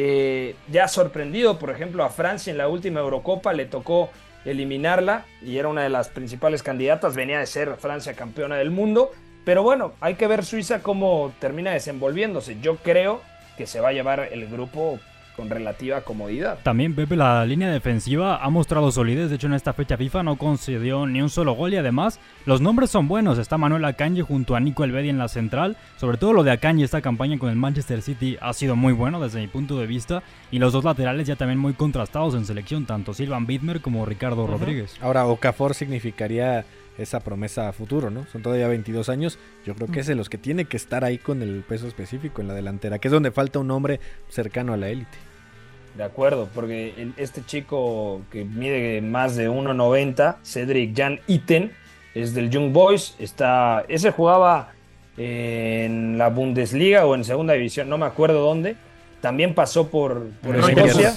ya ha sorprendido, por ejemplo, a Francia en la última Eurocopa, le tocó eliminarla y era una de las principales candidatas, venía de ser Francia campeona del mundo, pero bueno, hay que ver Suiza cómo termina desenvolviéndose. Yo creo que se va a llevar el grupo con relativa comodidad. También, Pepe, la línea defensiva ha mostrado solidez. De hecho, en esta fecha FIFA no concedió ni un solo gol y además los nombres son buenos. Está Manuel Akanji junto a Nico Elvedi en la central. Sobre todo lo de Akanji, esta campaña con el Manchester City ha sido muy bueno desde mi punto de vista. Y los dos laterales ya también muy contrastados en selección, tanto Silvan Widmer como Ricardo Rodríguez. Ahora, Okafor significaría esa promesa a futuro, ¿no? Son todavía 22 años. Yo creo que es de los que tiene que estar ahí con el peso específico en la delantera, que es donde falta un hombre cercano a la élite. De acuerdo, porque este chico que mide más de 1.90, Cedric Jan Itten, es del Young Boys. Ese jugaba en la Bundesliga o en segunda división, no me acuerdo dónde. También pasó por Escocia,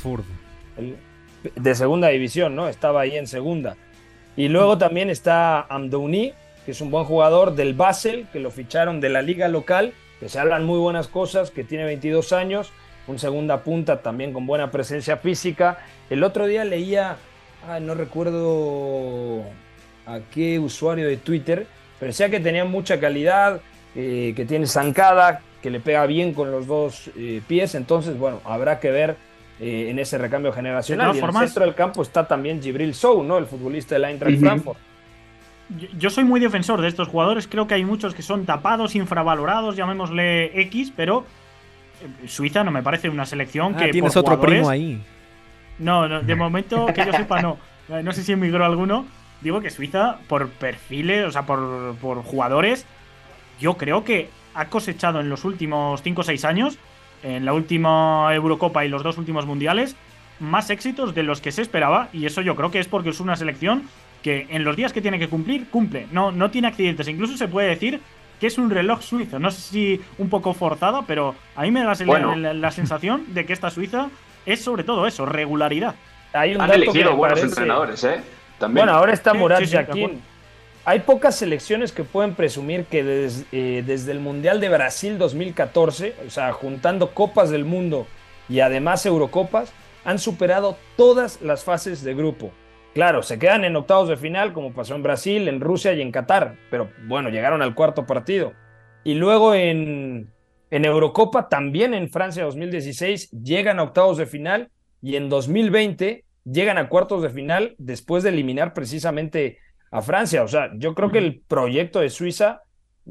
de segunda división, ¿no? Estaba ahí en segunda. Y luego también está Amdouni, que es un buen jugador del Basel, que lo ficharon de la liga local, que se hablan muy buenas cosas, que tiene 22 años. Un segunda punta también con buena presencia física. El otro día leía, no recuerdo a qué usuario de Twitter, pero decía que tenía mucha calidad, que tiene zancada, que le pega bien con los dos pies. Entonces, bueno, habrá que ver en ese recambio generacional. Y en el centro del campo está también Djibril Sow, ¿no? El futbolista del Eintracht Frankfurt. Yo soy muy defensor de estos jugadores. Creo que hay muchos que son tapados, infravalorados, llamémosle X, pero Suiza no me parece una selección que tienes por otro jugadores... primo ahí. No, de momento que yo sepa no. No sé si emigró alguno. Digo que Suiza, por perfiles, o sea, por jugadores, yo creo que ha cosechado en los últimos 5 o 6 años, en la última Eurocopa y los 2 últimos mundiales, más éxitos de los que se esperaba. Y eso yo creo que es porque es una selección que en los días que tiene que cumplir, cumple. No tiene accidentes. Incluso se puede decir que es un reloj suizo. No sé si un poco forzada, pero a mí me da la sensación de que esta Suiza es sobre todo eso, regularidad. Han elegido buenos entrenadores, también. Bueno, ahora está Murat Yakin. hay pocas selecciones que pueden presumir que desde el Mundial de Brasil 2014, o sea, juntando Copas del Mundo y además Eurocopas, han superado todas las fases de grupo. Claro, se quedan en octavos de final, como pasó en Brasil, en Rusia y en Qatar, pero bueno, llegaron al cuarto partido. Y luego en Eurocopa, también en Francia 2016, llegan a octavos de final y en 2020 llegan a cuartos de final después de eliminar precisamente a Francia. O sea, yo creo que el proyecto de Suiza,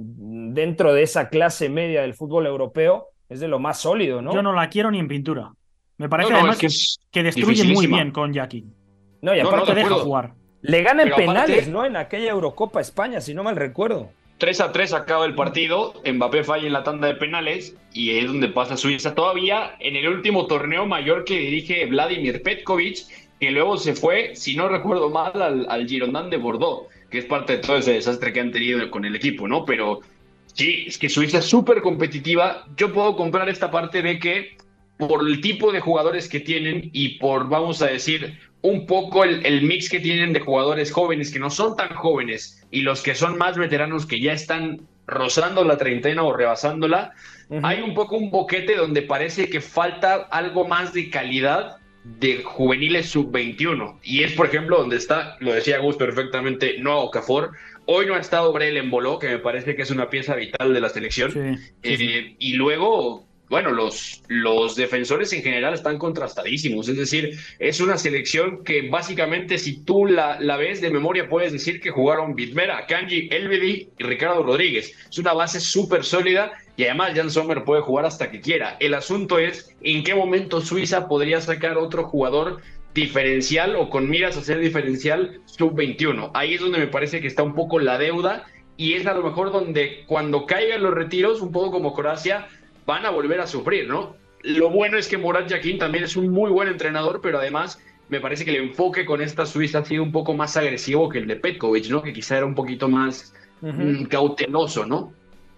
dentro de esa clase media del fútbol europeo, es de lo más sólido, ¿no? Yo no la quiero ni en pintura. Me parece además que destruye muy bien con Jackie. No, y aparte deja jugar. Le gana en penales, ¿no? En aquella Eurocopa España, si no mal recuerdo. 3-3 acaba el partido, Mbappé falla en la tanda de penales y es donde pasa Suiza. Todavía en el último torneo mayor que dirige Vladimir Petkovic, que luego se fue, si no recuerdo mal, al Girondins de Bordeaux, que es parte de todo ese desastre que han tenido con el equipo, ¿no? Pero sí, es que Suiza es súper competitiva. Yo puedo comprar esta parte de que por el tipo de jugadores que tienen y por, vamos a decir, un poco el mix que tienen de jugadores jóvenes que no son tan jóvenes y los que son más veteranos que ya están rozando la treintena o rebasándola, hay un poco un boquete donde parece que falta algo más de calidad de juveniles sub-21. Y es, por ejemplo, donde está, lo decía Gus perfectamente, Noah Okafor. Hoy no ha estado Brel Embolo, que me parece que es una pieza vital de la selección. Sí. Y luego, bueno, los defensores en general están contrastadísimos. Es decir, es una selección que básicamente, si tú la ves de memoria, puedes decir que jugaron Bitmera, Kanji, Elvedi y Ricardo Rodríguez. Es una base súper sólida y además Jan Sommer puede jugar hasta que quiera. El asunto es en qué momento Suiza podría sacar otro jugador diferencial o con miras a ser diferencial sub-21. Ahí es donde me parece que está un poco la deuda y es a lo mejor donde cuando caigan los retiros, un poco como Croacia, van a volver a sufrir, ¿no? Lo bueno es que Murat Yakin también es un muy buen entrenador, pero además me parece que el enfoque con esta Suiza ha sido un poco más agresivo que el de Petkovic, ¿no? Que quizá era un poquito más cauteloso, ¿no?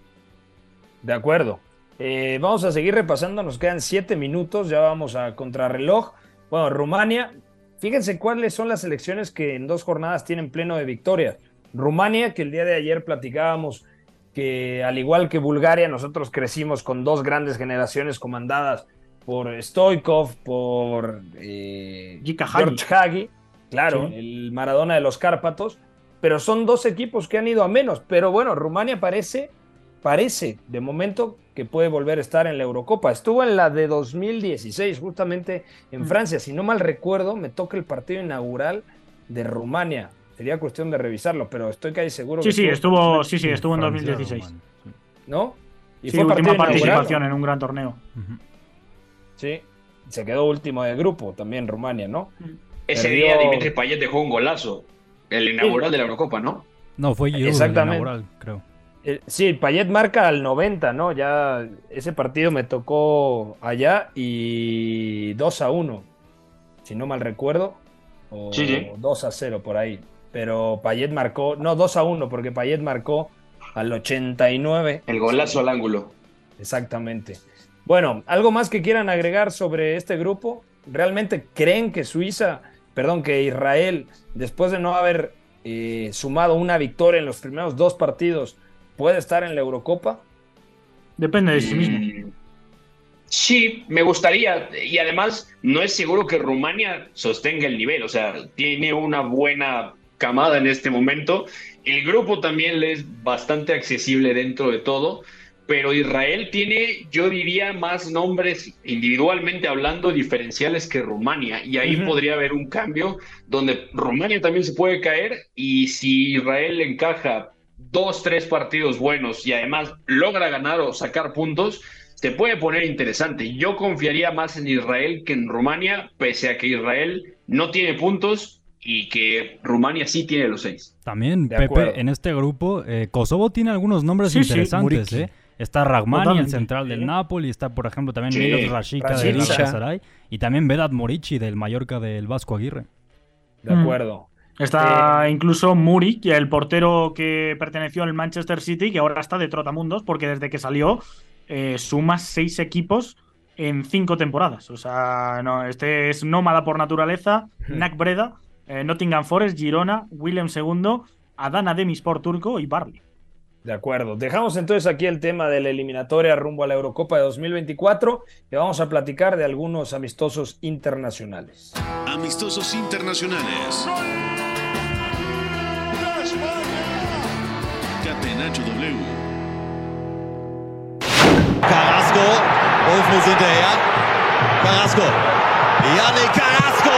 De acuerdo. Vamos a seguir repasando, nos quedan 7 minutos, ya vamos a contrarreloj. Bueno, Rumania, fíjense cuáles son las selecciones que en 2 jornadas tienen pleno de victoria. Rumania, que el día de ayer platicábamos que al igual que Bulgaria, nosotros crecimos con 2 grandes generaciones comandadas por Stoichkov, por George Hagi, claro, sí, el Maradona de los Cárpatos, pero son 2 equipos que han ido a menos. Pero bueno, Rumania parece de momento que puede volver a estar en la Eurocopa. Estuvo en la de 2016, justamente en Francia. Si no mal recuerdo, me toca el partido inaugural de Rumania. Sería cuestión de revisarlo, pero estoy casi seguro que estuvo en 2016. ¿No? Y fue última participación en un gran torneo. Sí, se quedó último de grupo también Rumania, ¿no? Ese día Dimitri Payet dejó un golazo, el inaugural de la Eurocopa, ¿no? No, fue Giroud el inaugural, creo. Sí, Payet marca al 90, ¿no? Ya ese partido me tocó allá y 2-1, si no mal recuerdo, o 2-0 por ahí. Pero Payet marcó, no, 2-1, porque Payet marcó al 89. El golazo al ángulo. Exactamente. Bueno, ¿algo más que quieran agregar sobre este grupo? ¿Realmente creen que que Israel, después de no haber sumado una victoria en los primeros 2 partidos, puede estar en la Eurocopa? Depende de sí mismo. Sí, me gustaría. Y además, no es seguro que Rumania sostenga el nivel. O sea, tiene una buena camada en este momento. El grupo también le es bastante accesible dentro de todo. Pero Israel tiene, yo diría, más nombres individualmente hablando diferenciales que Rumania. Y ahí podría haber un cambio donde Rumania también se puede caer. Y si Israel encaja 2-3 partidos buenos y además logra ganar o sacar puntos, se puede poner interesante. Yo confiaría más en Israel que en Rumania, pese a que Israel no tiene puntos y que Rumania sí tiene los 6. También, Pepe, en este grupo, Kosovo tiene algunos nombres interesantes, sí. Está Ragmani, el central del Napoli, está, por ejemplo, también Milos Rashica del Galatasaray, y también Vedat Murici del Mallorca del Vasco Aguirre. De acuerdo. Está incluso Muric, el portero que perteneció al Manchester City, que ahora está de trotamundos, porque desde que salió suma 6 equipos en 5 temporadas. O sea, no, este es nómada por naturaleza. NAC Breda, Nottingham Forest, Girona, Willem II, Adana Demirspor turco y Barley. De acuerdo. Dejamos entonces aquí el tema de la eliminatoria rumbo a la Eurocopa de 2024 y vamos a platicar de algunos amistosos internacionales. Amistosos internacionales. Catenaccio W. Carrasco, Olmo hinterher. Carrasco. Yannick Carrasco,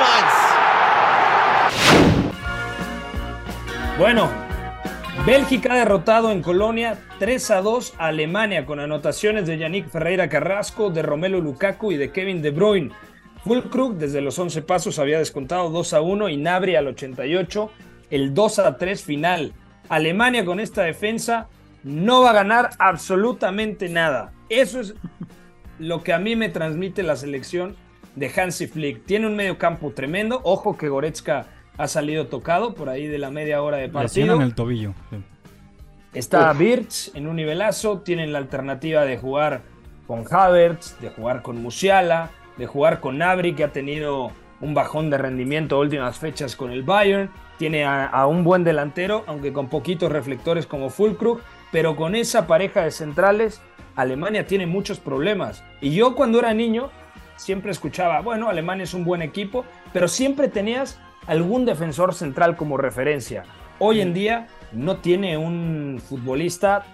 0-1. Bueno, Bélgica ha derrotado en Colonia 3-2 a Alemania con anotaciones de Yannick Ferreira Carrasco, de Romelu Lukaku y de Kevin De Bruyne. Füllkrug desde los 11 pasos había descontado 2-1 y Gnabry al 88 el 2-3 final. Alemania con esta defensa no va a ganar absolutamente nada. Eso es lo que a mí me transmite la selección de Hansi Flick. Tiene un mediocampo tremendo. Ojo que Goretzka ha salido tocado por ahí de la media hora de partido. Lesión en el tobillo. Sí. Está Wirtz en un nivelazo. Tienen la alternativa de jugar con Havertz, de jugar con Musiala, de jugar con Gnabry, que ha tenido un bajón de rendimiento últimas fechas con el Bayern. Tiene a un buen delantero, aunque con poquitos reflectores como Füllkrug, pero con esa pareja de centrales, Alemania tiene muchos problemas. Y yo cuando era niño siempre escuchaba, bueno, Alemania es un buen equipo, pero siempre tenías algún defensor central como referencia. Hoy en día no tiene un futbolista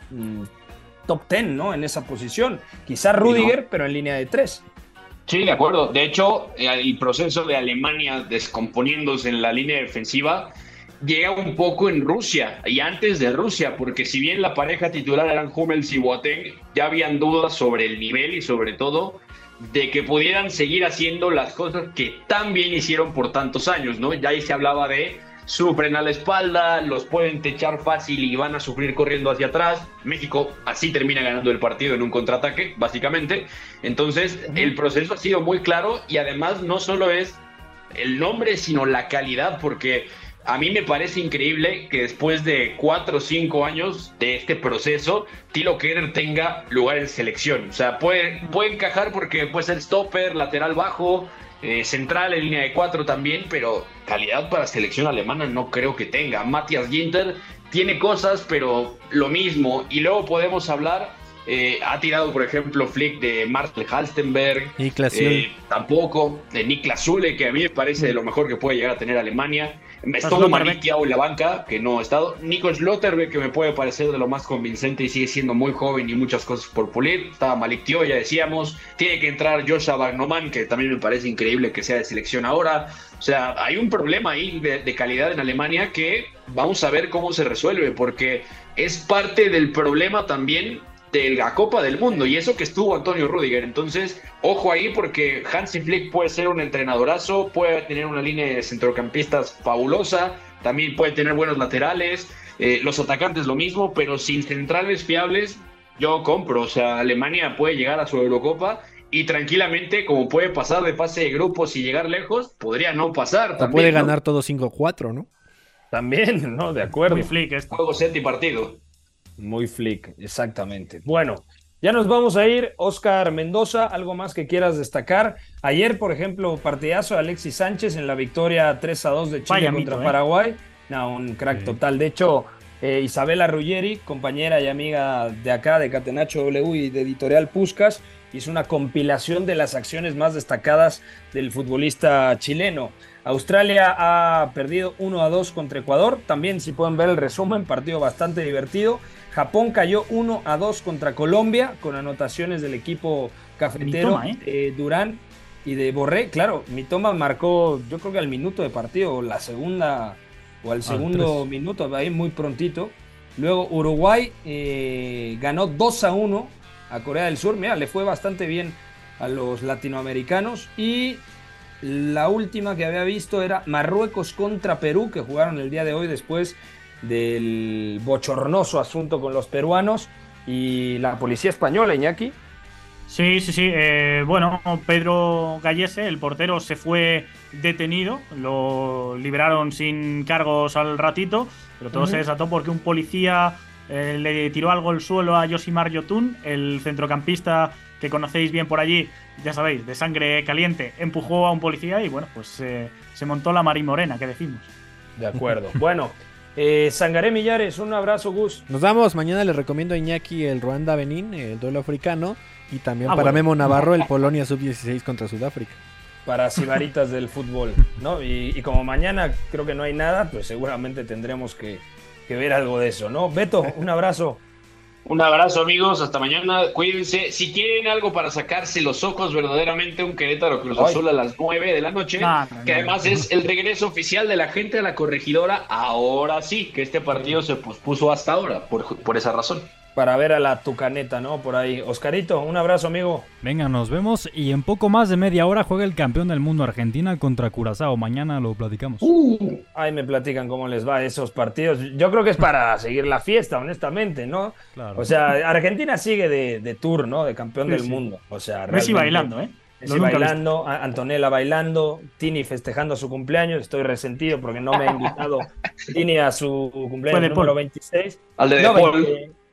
top 10, ¿no? En esa posición. Quizás Rüdiger, pero en línea de 3. Sí, de acuerdo. De hecho, el proceso de Alemania descomponiéndose en la línea defensiva llega un poco en Rusia y antes de Rusia, porque si bien la pareja titular eran Hummels y Boateng, ya habían dudas sobre el nivel y sobre todo de que pudieran seguir haciendo las cosas que tan bien hicieron por tantos años, ¿no? Ya ahí se hablaba de sufren a la espalda, los pueden techar fácil y van a sufrir corriendo hacia atrás. México así termina ganando el partido en un contraataque, básicamente. Entonces, el proceso ha sido muy claro y además no solo es el nombre, sino la calidad, porque a mí me parece increíble que después de 4 o 5 años de este proceso, Thilo Kehrer tenga lugar en selección. O sea, puede encajar porque puede ser stopper, lateral bajo, central en línea de 4 también, pero calidad para selección alemana no creo que tenga. Matthias Ginter tiene cosas, pero lo mismo. Y luego podemos hablar, ha tirado por ejemplo Flick de Marcel Halstenberg, tampoco, de Niklas Süle, que a mí me parece de lo mejor que puede llegar a tener Alemania. Estuvo Malik Thiaw en la banca, que no ha estado. Nico Schlotterbeck, que me puede parecer de lo más convincente y sigue siendo muy joven y muchas cosas por pulir. Estaba Malik Thiaw, ya decíamos. Tiene que entrar Joshua Wagnermann, que también me parece increíble que sea de selección ahora. O sea, hay un problema ahí de calidad en Alemania que vamos a ver cómo se resuelve, porque es parte del problema también de la Copa del Mundo, y eso que estuvo Antonio Rüdiger. Entonces, ojo ahí, porque Hansi Flick puede ser un entrenadorazo, puede tener una línea de centrocampistas fabulosa, también puede tener buenos laterales, los atacantes lo mismo, pero sin centrales fiables, yo compro. O sea, Alemania puede llegar a su Eurocopa y tranquilamente, como puede pasar de fase de grupos y llegar lejos, podría no pasar. También, puede ganar todo 5-4, ¿no? También, ¿no? De acuerdo. Muy Flick esto. Juego set y partido. Muy Flick, exactamente. Bueno, ya nos vamos a ir. Oscar Mendoza, ¿algo más que quieras destacar? Ayer, por ejemplo, partidazo de Alexis Sánchez en la victoria 3-2 de Chile contra Paraguay. No, un crack total. De hecho, Isabela Ruggeri, compañera y amiga de acá, de Catenaccio W y de Editorial Puskás, hizo una compilación de las acciones más destacadas del futbolista chileno. Australia ha perdido 1-2 contra Ecuador. También, si pueden ver el resumen, partido bastante divertido. Japón cayó 1-2 contra Colombia, con anotaciones del equipo cafetero, Durán y de Borré. Claro, Mitoma marcó, yo creo que al minuto de partido, la segunda o al segundo minuto, ahí muy prontito. Luego Uruguay ganó 2-1 a Corea del Sur. Mira, le fue bastante bien a los latinoamericanos. Y la última que había visto era Marruecos contra Perú, que jugaron el día de hoy después del bochornoso asunto con los peruanos y la policía española, Iñaki. Sí. Bueno, Pedro Gallese, el portero, se fue detenido. Lo liberaron sin cargos al ratito, pero todo se desató porque un policía le tiró algo al suelo a Yosimar Yotun, el centrocampista que conocéis bien por allí, ya sabéis, de sangre caliente, empujó a un policía y bueno, pues se montó la marimorena, que decimos. De acuerdo. Bueno, Sangaré Millares, un abrazo, Gus. Nos vamos. Mañana les recomiendo a Iñaki el Ruanda-Benín, el duelo africano. Y también para bueno. Memo Navarro el Polonia Sub-16 contra Sudáfrica. Para sibaritas del fútbol, ¿no? Y como mañana creo que no hay nada, pues seguramente tendremos que ver algo de eso, ¿no? Beto, un abrazo. Un abrazo, amigos, hasta mañana, cuídense. Si quieren algo para sacarse los ojos verdaderamente, un Querétaro Cruz Azul a las 9 de la noche, que además es el regreso oficial de la gente a la Corregidora. Ahora sí, que este partido se pospuso hasta ahora, por esa razón. Para ver a la Tucaneta, ¿no? Por ahí. Oscarito, un abrazo, amigo. Venga, nos vemos. Y en poco más de media hora juega el campeón del mundo Argentina contra Curazao. Mañana lo platicamos. Ahí me platican cómo les va esos partidos. Yo creo que es para seguir la fiesta, honestamente, ¿no? Claro. O sea, Argentina sigue de tour, ¿no? De campeón del mundo. O sea, Messi bailando, ¿eh? Messi bailando, Antonella bailando, Tini festejando su cumpleaños. Estoy resentido porque no me ha invitado Tini a su cumpleaños número 26. Al de Paul.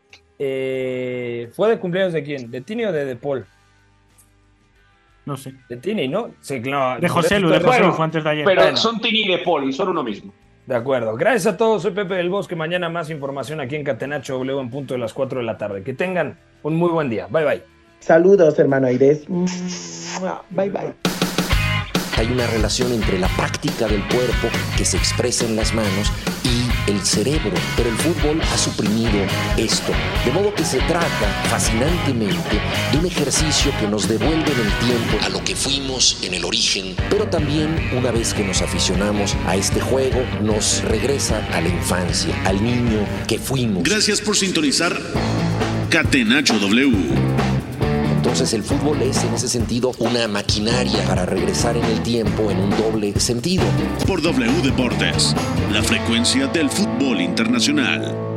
¿Fue de cumpleaños de quién? ¿De Tini o de Paul? No sé. De Tini, ¿no? Sí, claro. De José Lu fue antes de ayer. Pero bueno, son Tini y de Paul y son uno mismo. De acuerdo. Gracias a todos. Soy Pepe del Bosque. Mañana más información aquí en Catenacho W en punto de las 4 de la tarde. Que tengan un muy buen día. Bye, bye. Saludos, hermano Aires. Bye, bye. Hay una relación entre la práctica del cuerpo que se expresa en las manos y el cerebro, pero el fútbol ha suprimido esto, de modo que se trata fascinantemente de un ejercicio que nos devuelve en el tiempo a lo que fuimos en el origen, pero también una vez que nos aficionamos a este juego nos regresa a la infancia, al niño que fuimos. Gracias por sintonizar Catenacho W. Entonces el fútbol es en ese sentido una maquinaria para regresar en el tiempo en un doble sentido. Por W Deportes, la frecuencia del fútbol internacional.